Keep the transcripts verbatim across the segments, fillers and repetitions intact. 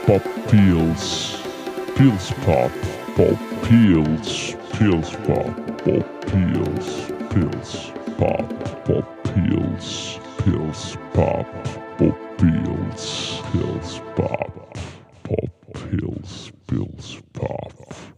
pop pills, pills pop, pop pills, pills pop, pop pills, pills pop, pop pills, pills pop, pop pills, pills pop, pop pills, pills pop.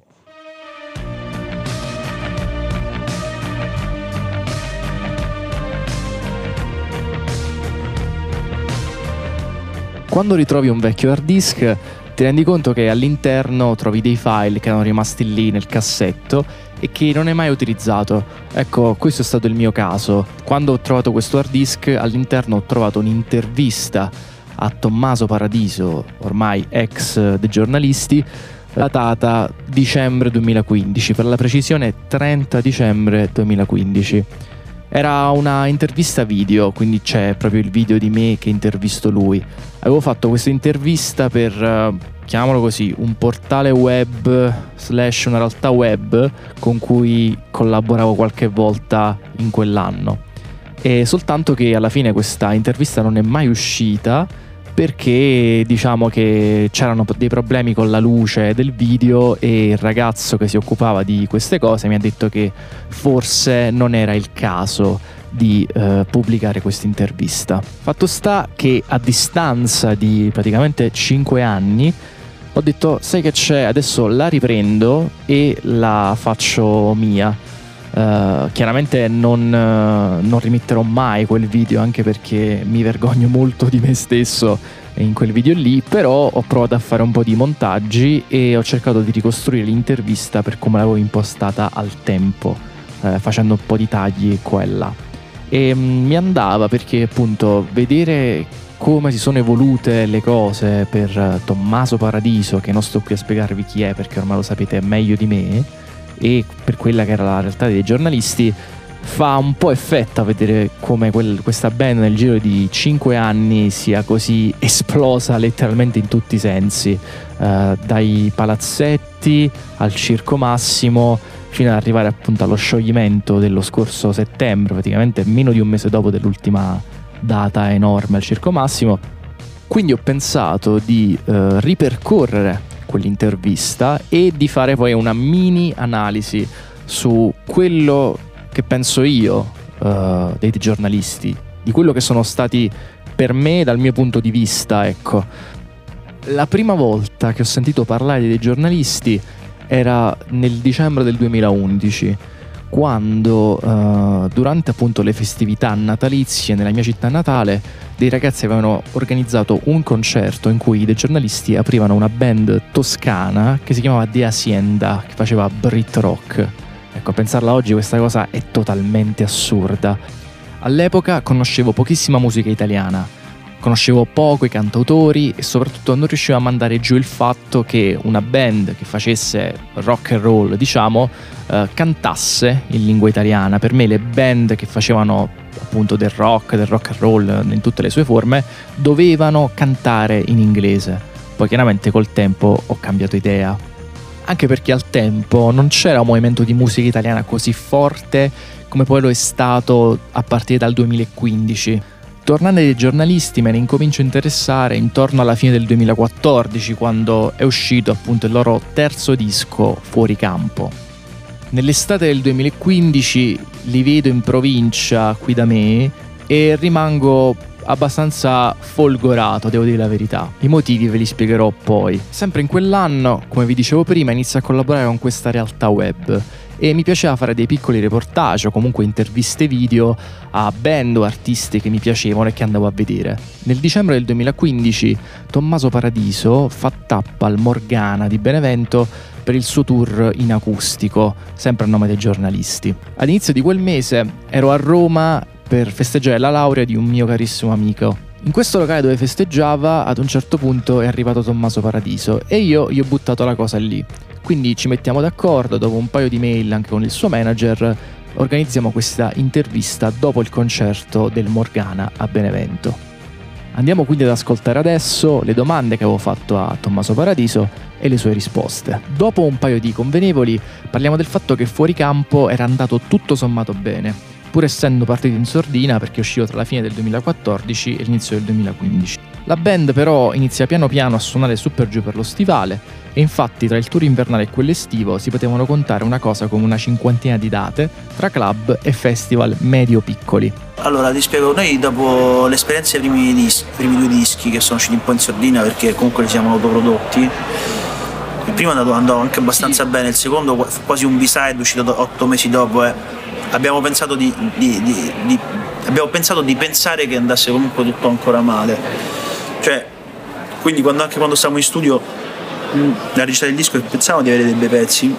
Quando ritrovi un vecchio hard disk ti rendi conto che all'interno trovi dei file che erano rimasti lì nel cassetto e che non hai mai utilizzato. Ecco, questo è stato il mio caso. Quando ho trovato questo hard disk, all'interno ho trovato un'intervista a Tommaso Paradiso, ormai ex dei giornalisti, datata dicembre duemilaquindici, per la precisione trenta dicembre duemilaquindici. Era una intervista video, quindi c'è proprio il video di me che intervisto lui. Avevo fatto questa intervista per, uh, chiamiamolo così, un portale web slash una realtà web con cui collaboravo qualche volta in quell'anno. E soltanto che alla fine questa intervista non è mai uscita perché diciamo che c'erano dei problemi con la luce del video e il ragazzo che si occupava di queste cose mi ha detto che forse non era il caso di eh, pubblicare questa intervista. Fatto sta che a distanza di praticamente cinque anni ho detto, sai che c'è, adesso la riprendo e la faccio mia. Uh, chiaramente non, uh, non rimetterò mai quel video, anche perché mi vergogno molto di me stesso in quel video lì, però ho provato a fare un po' di montaggi e ho cercato di ricostruire l'intervista per come l'avevo impostata al tempo, uh, facendo un po' di tagli qua e là. E um, mi andava perché appunto vedere come si sono evolute le cose per uh, Tommaso Paradiso, che non sto qui a spiegarvi chi è perché ormai lo sapete meglio di me, e per quella che era la realtà dei giornalisti, fa un po' effetto a vedere come quel, questa band nel giro di cinque anni sia così esplosa letteralmente in tutti i sensi, uh, dai palazzetti al Circo Massimo fino ad arrivare appunto allo scioglimento dello scorso settembre, praticamente meno di un mese dopo dell'ultima data enorme al Circo Massimo. Quindi ho pensato di uh, ripercorrere quell'intervista e di fare poi una mini analisi su quello che penso io uh, dei giornalisti, di quello che sono stati per me dal mio punto di vista. Ecco, la prima volta che ho sentito parlare dei giornalisti era nel dicembre del duemilaundici, quando uh, durante appunto le festività natalizie nella mia città natale dei ragazzi avevano organizzato un concerto in cui dei giornalisti aprivano una band toscana che si chiamava The Hacienda, che faceva Brit rock. Ecco, a pensarla oggi questa cosa è totalmente assurda. All'epoca conoscevo pochissima musica italiana, conoscevo poco i cantautori e soprattutto non riuscivo a mandare giù il fatto che una band che facesse rock and roll, diciamo, eh, cantasse in lingua italiana. Per me le band che facevano appunto del rock, del rock and roll in tutte le sue forme, dovevano cantare in inglese. Poi chiaramente col tempo ho cambiato idea, anche perché al tempo non c'era un movimento di musica italiana così forte come poi lo è stato a partire dal duemilaquindici. Tornando ai giornalisti, me ne incomincio a interessare intorno alla fine del duemilaquattordici, quando è uscito appunto il loro terzo disco, Fuori Campo. Nell'estate del duemilaquindici li vedo in provincia qui da me e rimango abbastanza folgorato, devo dire la verità. I motivi ve li spiegherò poi. Sempre in quell'anno, come vi dicevo prima, inizio a collaborare con questa realtà web e mi piaceva fare dei piccoli reportage o comunque interviste video a band o artisti che mi piacevano e che andavo a vedere. Nel dicembre del duemilaquindici Tommaso Paradiso fa tappa al Morgana di Benevento per il suo tour in acustico, sempre a nome dei giornalisti. All'inizio di quel mese ero a Roma per festeggiare la laurea di un mio carissimo amico. In questo locale dove festeggiava, ad un certo punto è arrivato Tommaso Paradiso e io gli ho buttato la cosa lì. Quindi ci mettiamo d'accordo, dopo un paio di mail anche con il suo manager, organizziamo questa intervista dopo il concerto del Morgana a Benevento. Andiamo quindi ad ascoltare adesso le domande che avevo fatto a Tommaso Paradiso e le sue risposte. Dopo un paio di convenevoli parliamo del fatto che Fuori Campo era andato tutto sommato bene. pur essendo partito in sordina perché è uscito tra la fine del duemilaquattordici e l'inizio del duemilaquindici. La band però inizia piano piano a suonare su per giù per lo stivale e infatti tra il tour invernale e quello estivo si potevano contare una cosa come una cinquantina di date tra club e festival medio-piccoli. Allora ti spiego, noi dopo l'esperienza dei primi, dis- primi due dischi che sono usciti un po' in sordina perché comunque li siamo autoprodotti, il primo andò, andò anche abbastanza sì. bene, il secondo fu quasi un B-side uscito do- otto mesi dopo eh. abbiamo pensato di, di, di, di abbiamo pensato di pensare che andasse comunque tutto ancora male. Cioè, quindi quando, anche quando stavamo in studio la registrazione del disco pensavamo di avere dei bei pezzi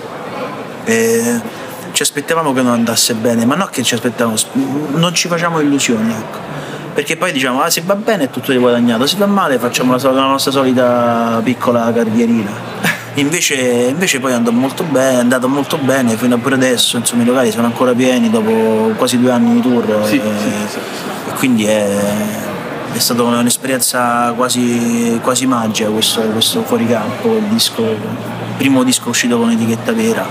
e ci aspettavamo che non andasse bene, ma non che ci aspettavamo, non ci facciamo illusioni, ecco. Perché poi diciamo, ah, se va bene è tutto guadagnato, se va male facciamo la, la nostra solita piccola carrierina. Invece, invece poi è andato molto bene, è andato molto bene fino a pure adesso, insomma i locali sono ancora pieni dopo quasi due anni di tour sì, e, sì, sì. e quindi è È stata un'esperienza quasi, quasi magica questo, questo fuoricampo, il disco, il primo disco uscito con etichetta vera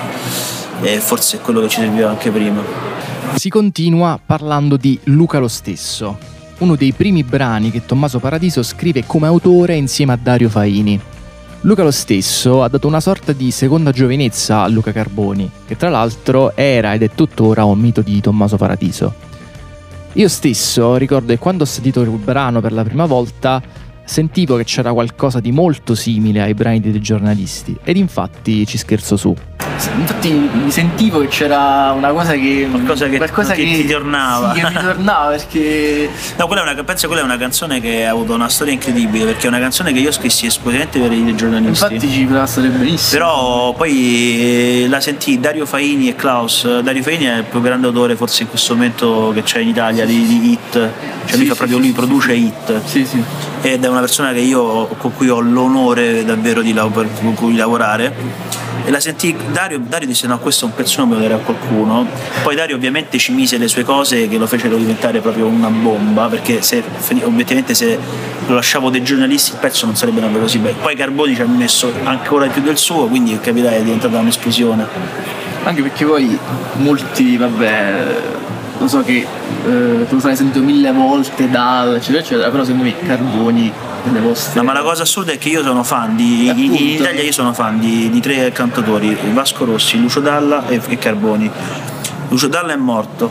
e forse è quello che ci serviva anche prima. Si continua parlando di Luca lo stesso, uno dei primi brani che Tommaso Paradiso scrive come autore insieme a Dario Faini. Luca lo stesso ha dato una sorta di seconda giovinezza a Luca Carboni, che tra l'altro era ed è tuttora un mito di Tommaso Paradiso. Io stesso ricordo che quando ho sentito il brano per la prima volta sentivo che c'era qualcosa di molto simile ai brani dei giornalisti ed infatti ci scherzo su. Infatti mi sentivo che c'era una cosa che qualcosa che, qualcosa che, che ti tornava. Sì, che mi tornava perché no, quella è una, penso quella è una canzone che ha avuto una storia incredibile perché è una canzone che io scrissi esclusivamente per i giornalisti. Infatti ci poteva stare benissimo. Però poi la sentì Dario Faini e Klaus. Dario Faini è il più grande autore forse in questo momento che c'è in Italia di, di hit. Cioè sì, lui fa sì, proprio sì. lui produce hit. Sì, sì. Ed è una persona che io con cui ho l'onore davvero di, con cui lavorare. E la sentì Dario, Dario disse no, questo è un pezzo che devo dare a qualcuno. Poi Dario ovviamente ci mise le sue cose che lo fecero diventare proprio una bomba, perché se obiettivamente se lo lasciavo dei giornalisti il pezzo non sarebbe andato così bene. Poi Carboni ci ha messo ancora più del suo, quindi capirai è diventata un'esplosione. Anche perché poi molti, vabbè, lo so che eh, tu l'hai sentito mille volte da eccetera eccetera, però secondo me Carboni delle vostre... No, ma la cosa assurda è che io sono fan di in, in Italia io sono fan di, di tre cantatori, Vasco Rossi, Lucio Dalla e, e Carboni. Lucio Dalla è morto,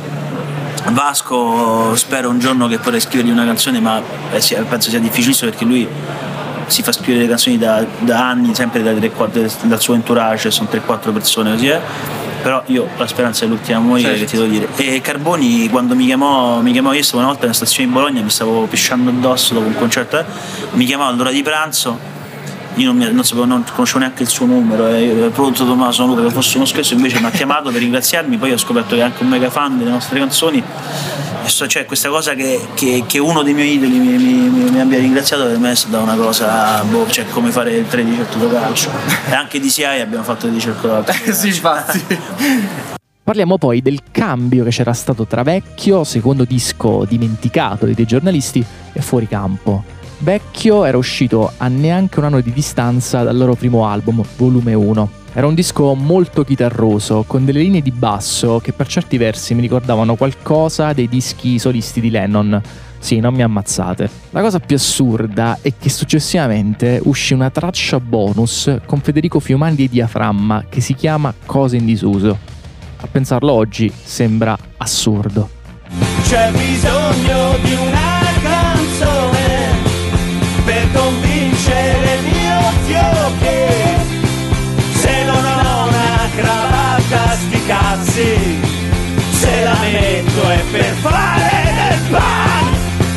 Vasco spero un giorno che potrei scrivergli una canzone, ma eh, sia, penso sia difficilissimo perché lui si fa scrivere le canzoni da, da anni, sempre da tre, quattro, dal suo entourage, sono tre quattro persone così eh. Però io la speranza è l'ultima a morire, certo. Che ti devo dire. E Carboni quando mi chiamò, mi chiamò io stavo una volta nella stazione di Bologna, mi stavo pisciando addosso dopo un concerto, eh, mi chiamò all'ora di pranzo, io non, mi, non sapevo, non conoscevo neanche il suo numero, eh, pronto Tommaso, Luca, che fosse uno scherzo, invece mi ha chiamato per ringraziarmi, poi ho scoperto che è anche un mega fan delle nostre canzoni. Cioè questa cosa che, che, che uno dei miei idoli mi, mi, mi abbia ringraziato per me è stata una cosa, boh, cioè come fare il tre di calcio. E anche di C I abbiamo fatto il ricerco eh, sì, infatti. Parliamo poi del cambio che c'era stato tra Vecchio, secondo disco dimenticato dei giornalisti, e Fuoricampo. Vecchio era uscito a neanche un anno di distanza dal loro primo album, Volume uno. Era un disco molto chitarroso, con delle linee di basso che per certi versi mi ricordavano qualcosa dei dischi solisti di Lennon. Sì, non mi ammazzate. La cosa più assurda è che successivamente uscì una traccia bonus con Federico Fiumani di Diaframma che si chiama Cose in disuso. A pensarlo oggi sembra assurdo. C'è bisogno di una canzone per convincere il mio zio che se non ho una cravatta sti cazzi, se la metto è per fare del pan.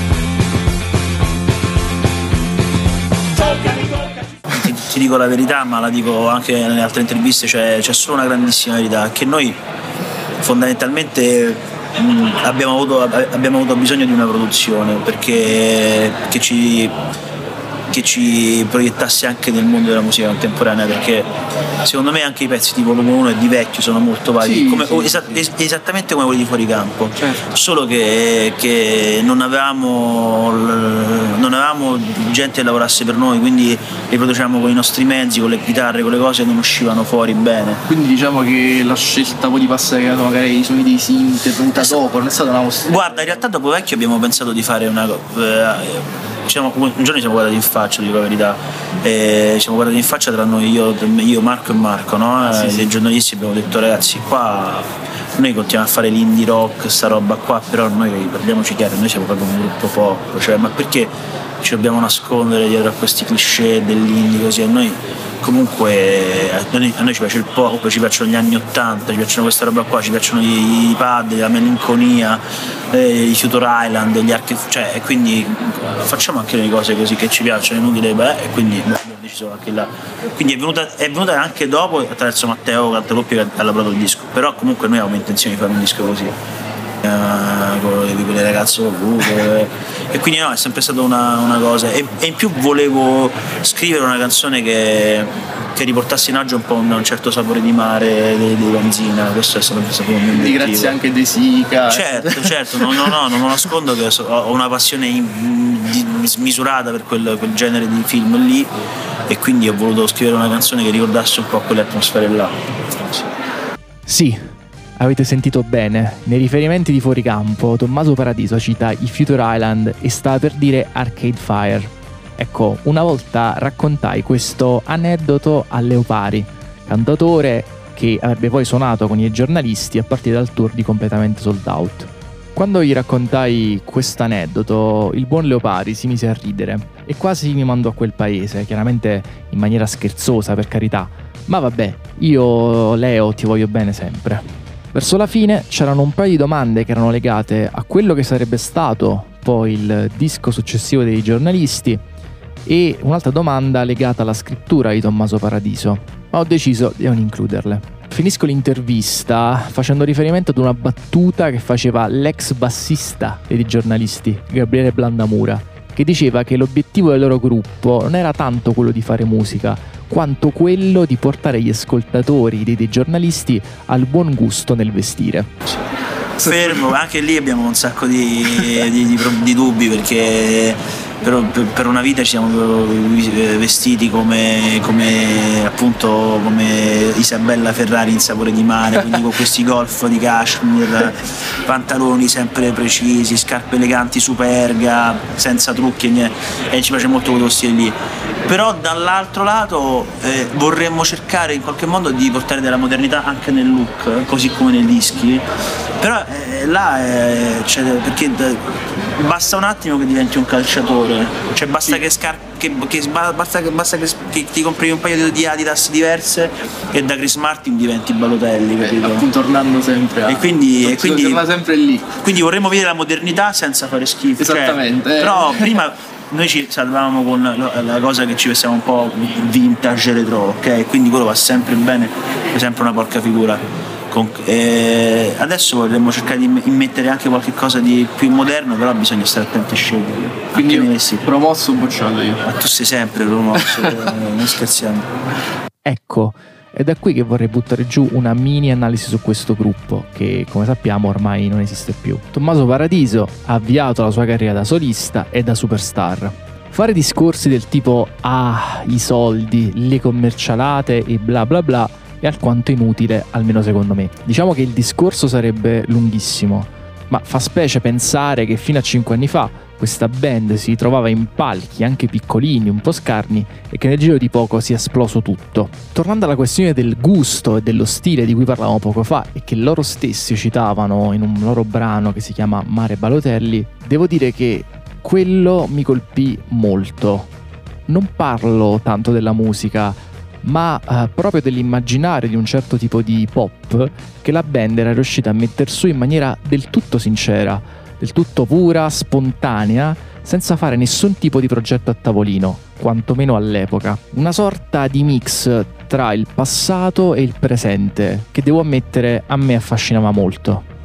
Toccami, toccami. Ti, ti dico la verità, ma la dico anche nelle altre interviste, cioè, c'è solo una grandissima verità, che noi fondamentalmente mh, abbiamo, avuto, abbiamo avuto bisogno di una produzione, perché che ci... che ci proiettasse anche nel mondo della musica contemporanea, perché secondo me anche i pezzi di volume uno e di Vecchio sono molto validi, Sì, come, sì, o esa- sì. es- esattamente come quelli di Fuoricampo, Certo. solo che, che non avevamo l- non avevamo gente che lavorasse per noi, quindi li producevamo con i nostri mezzi, con le chitarre, con le cose, non uscivano fuori bene. Quindi diciamo che la scelta poi di passare magari i suoni dei synth è venuta dopo, non è stata una mossa. Guarda, in realtà dopo Vecchio abbiamo pensato di fare una eh, Diciamo, un giorno ci siamo guardati in faccia, dico la verità, e ci siamo guardati in faccia tra noi, io, io Marco e Marco, no? Sì, E sì. dei giornalisti abbiamo detto ragazzi qua noi continuiamo a fare l'indie rock, sta roba qua, però noi parliamoci chiaro, noi siamo proprio un gruppo pop, cioè ma perché ci dobbiamo nascondere dietro a questi cliché dell'indie così? A noi comunque a noi, a noi ci piace il pop, ci piacciono gli anni ottanta, ci piacciono questa roba qua, ci piacciono i, i pad, la melanconia, eh, i Future Island, gli archi, cioè e quindi facciamo anche le cose così che ci piacciono, inutile, beh, e quindi beh, abbiamo deciso anche là. Quindi è venuta, è venuta anche dopo attraverso Matteo Cantaluppi che ha lavorato il disco, però comunque noi avevamo intenzione di fare un disco così. Uh, con le, quelle ragazze ovunque, e quindi no, è sempre stata una, una cosa e, e in più volevo scrivere una canzone che, che riportasse in agio un po' un, un certo sapore di mare, di, di benzina, questo è sempre stato un mio Quindi obiettivo. grazie anche De Sica. Certo, certo, no, no, no, non lo nascondo che so- ho una passione in- di- smisurata per quel, quel genere di film lì e quindi ho voluto scrivere una canzone che ricordasse un po' quelle atmosfere là. Sì. Sì, avete sentito bene. Nei riferimenti di Fuoricampo, Tommaso Paradiso cita i Future Island e sta per dire Arcade Fire. Ecco, una volta raccontai questo aneddoto a Leopari, cantautore che avrebbe poi suonato con i giornalisti a partire dal tour di Completamente Sold Out. Quando gli raccontai questo aneddoto, il buon Leopari si mise a ridere e quasi mi mandò a quel paese, chiaramente in maniera scherzosa, per carità. Ma vabbè, io, Leo, ti voglio bene sempre. Verso la fine c'erano un paio di domande che erano legate a quello che sarebbe stato poi il disco successivo dei giornalisti e un'altra domanda legata alla scrittura di Tommaso Paradiso, ma ho deciso di non includerle. Finisco l'intervista facendo riferimento ad una battuta che faceva l'ex bassista dei giornalisti, Gabriele Blandamura, che diceva che l'obiettivo del loro gruppo non era tanto quello di fare musica, quanto quello di portare gli ascoltatori dei, dei giornalisti al buon gusto nel vestire. Fermo, anche lì abbiamo un sacco di, di, di, di dubbi perché per, per una vita ci siamo vestiti come, come appunto come Isabella Ferrari in Sapore di Mare, quindi con questi golf di cashmere, pantaloni sempre precisi, scarpe eleganti superga, senza trucchi e niente, e ci piace molto quello stile lì. Però dall'altro lato eh, vorremmo cercare in qualche modo di portare della modernità anche nel look, così come nei dischi, però eh, là eh, cioè, perché eh, basta un attimo che diventi un calciatore, cioè basta che, scar- che, che basta, che, basta che, che ti compri un paio di Adidas diverse e da Chris Martin diventi Balotelli, capito? Eh, appunto tornando sempre a... E quindi, e quindi, torna sempre lì. quindi vorremmo vedere la modernità senza fare schifo. Esattamente. Cioè, eh. però prima noi ci salvavamo con la, la cosa che ci vestiamo un po' vintage retro, ok? Quindi quello va sempre bene, è sempre una porca figura. Con, eh, adesso vorremmo cercare di immettere anche qualche cosa di più moderno, però bisogna stare attenti a scegliere. Quindi Anche io, nei vestiti. promosso o bocciato io. Ma tu sei sempre promosso, non scherziamo. Ecco, è da qui che vorrei buttare giù una mini analisi su questo gruppo, che come sappiamo ormai non esiste più. Tommaso Paradiso ha avviato la sua carriera da solista e da superstar. Fare discorsi del tipo ah, i soldi, le commercialate e bla bla bla è alquanto inutile, almeno secondo me. Diciamo che il discorso sarebbe lunghissimo, ma fa specie pensare che fino a cinque anni fa questa band si trovava in palchi anche piccolini, un po' scarni, e che nel giro di poco sia esploso tutto. Tornando alla questione del gusto e dello stile di cui parlavamo poco fa e che loro stessi citavano in un loro brano che si chiama Mare Balotelli, devo dire che quello mi colpì molto. Non parlo tanto della musica, ma eh, proprio dell'immaginario di un certo tipo di pop che la band era riuscita a metter su in maniera del tutto sincera, del tutto pura, spontanea, senza fare nessun tipo di progetto a tavolino, quantomeno all'epoca. Una sorta di mix tra il passato e il presente, che devo ammettere a me affascinava molto.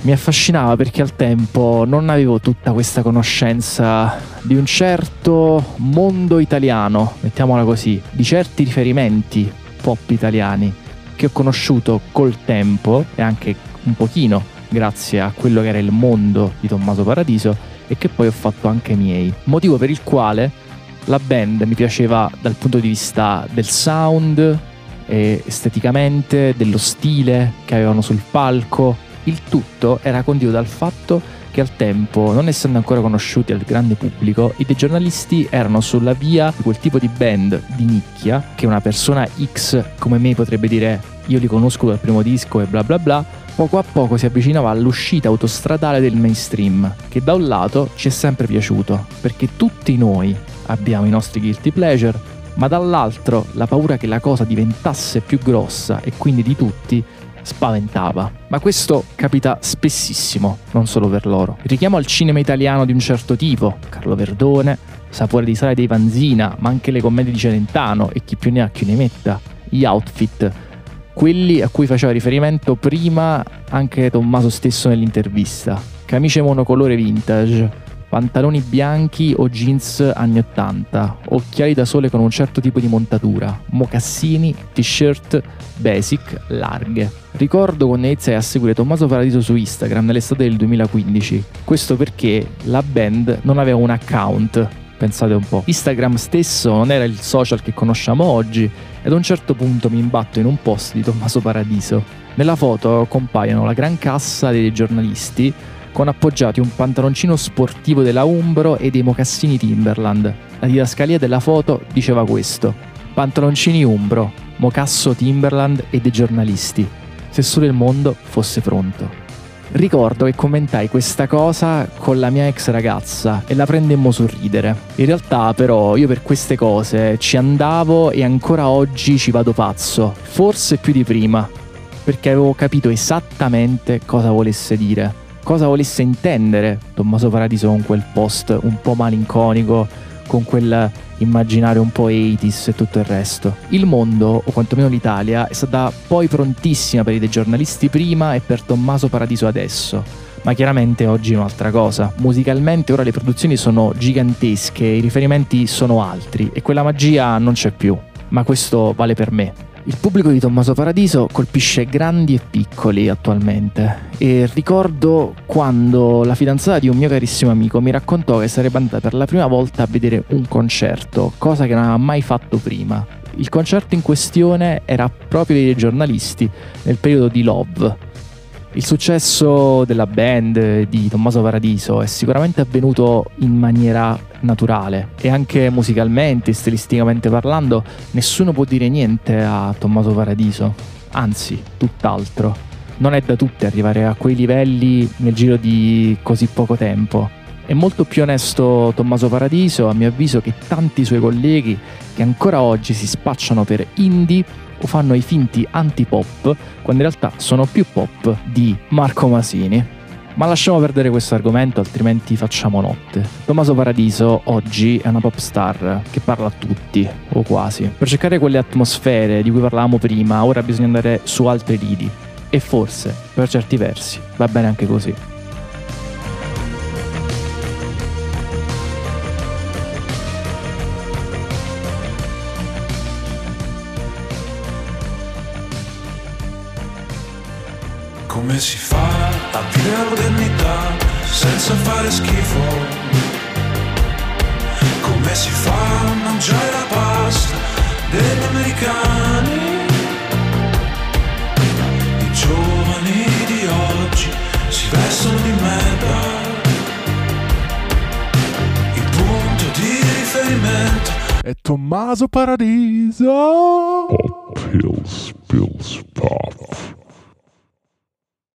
mi affascinava perché al tempo non avevo tutta questa conoscenza di un certo mondo italiano, mettiamola così, di certi riferimenti pop italiani che ho conosciuto col tempo e anche un pochino grazie a quello che era il mondo di Tommaso Paradiso e che poi ho fatto anche miei. Motivo per il quale la band mi piaceva dal punto di vista del sound, e esteticamente, dello stile che avevano sul palco. Il tutto era condito dal fatto che al tempo, non essendo ancora conosciuti al grande pubblico, i dei giornalisti erano sulla via di quel tipo di band di nicchia che una persona X come me potrebbe dire io li conosco dal primo disco e bla bla bla, poco a poco si avvicinava all'uscita autostradale del mainstream, che da un lato ci è sempre piaciuto, perché tutti noi abbiamo i nostri guilty pleasure, ma dall'altro la paura che la cosa diventasse più grossa e quindi di tutti spaventava. Ma questo capita spessissimo, non solo per loro. Il richiamo al cinema italiano di un certo tipo, Carlo Verdone, Sapore di sale dei Vanzina, ma anche le commedie di Celentano e chi più ne ha più ne metta, gli outfit, quelli a cui faceva riferimento prima anche Tommaso stesso nell'intervista. Camicie monocolore vintage, pantaloni bianchi o jeans anni ottanta, occhiali da sole con un certo tipo di montatura, mocassini, t-shirt basic larghe. Ricordo quando iniziai a seguire Tommaso Paradiso su Instagram nell'estate del duemilaquindici, questo perché la band non aveva un account, pensate un po'. Instagram stesso non era il social che conosciamo oggi ed a un certo punto mi imbatto in un post di Tommaso Paradiso. Nella foto compaiono la gran cassa dei giornalisti con appoggiati un pantaloncino sportivo della Umbro e dei mocassini Timberland. La didascalia della foto diceva questo: pantaloncini Umbro, mocasso Timberland e dei giornalisti. Se solo il mondo fosse pronto. Ricordo che commentai questa cosa con la mia ex ragazza e la prendemmo sul ridere. In realtà però io per queste cose ci andavo e ancora oggi ci vado pazzo, forse più di prima, perché avevo capito esattamente cosa volesse dire. Cosa volesse intendere Tommaso Paradiso con quel post un po' malinconico, con quel immaginario un po' ottanta e tutto il resto. Il mondo, o quantomeno l'Italia, è stata poi prontissima per i dei giornalisti prima e per Tommaso Paradiso adesso. Ma chiaramente oggi è un'altra cosa. Musicalmente ora le produzioni sono gigantesche, i riferimenti sono altri e quella magia non c'è più. Ma questo vale per me. Il pubblico di Tommaso Paradiso colpisce grandi e piccoli attualmente e ricordo quando la fidanzata di un mio carissimo amico mi raccontò che sarebbe andata per la prima volta a vedere un concerto, cosa che non aveva mai fatto prima. Il concerto in questione era proprio dei giornalisti nel periodo di Love. Il successo della band di Tommaso Paradiso è sicuramente avvenuto in maniera naturale e anche musicalmente, stilisticamente parlando, nessuno può dire niente a Tommaso Paradiso, anzi, tutt'altro. Non è da tutti arrivare a quei livelli nel giro di così poco tempo. È molto più onesto Tommaso Paradiso, a mio avviso, che tanti suoi colleghi che ancora oggi si spacciano per indie o fanno i finti anti-pop, quando in realtà sono più pop di Marco Masini. Ma lasciamo perdere questo argomento, altrimenti facciamo notte. Tommaso Paradiso oggi è una pop star che parla a tutti, o quasi. Per cercare quelle atmosfere di cui parlavamo prima, ora bisogna andare su altri lidi. E forse, per certi versi, va bene anche così. Come si fa a vivere la modernità senza fare schifo? Come si fa a mangiare la pasta degli americani? I giovani di oggi si vestono di merda. Il punto di riferimento è Tommaso Paradiso. Pop Pills, Pills, Pop.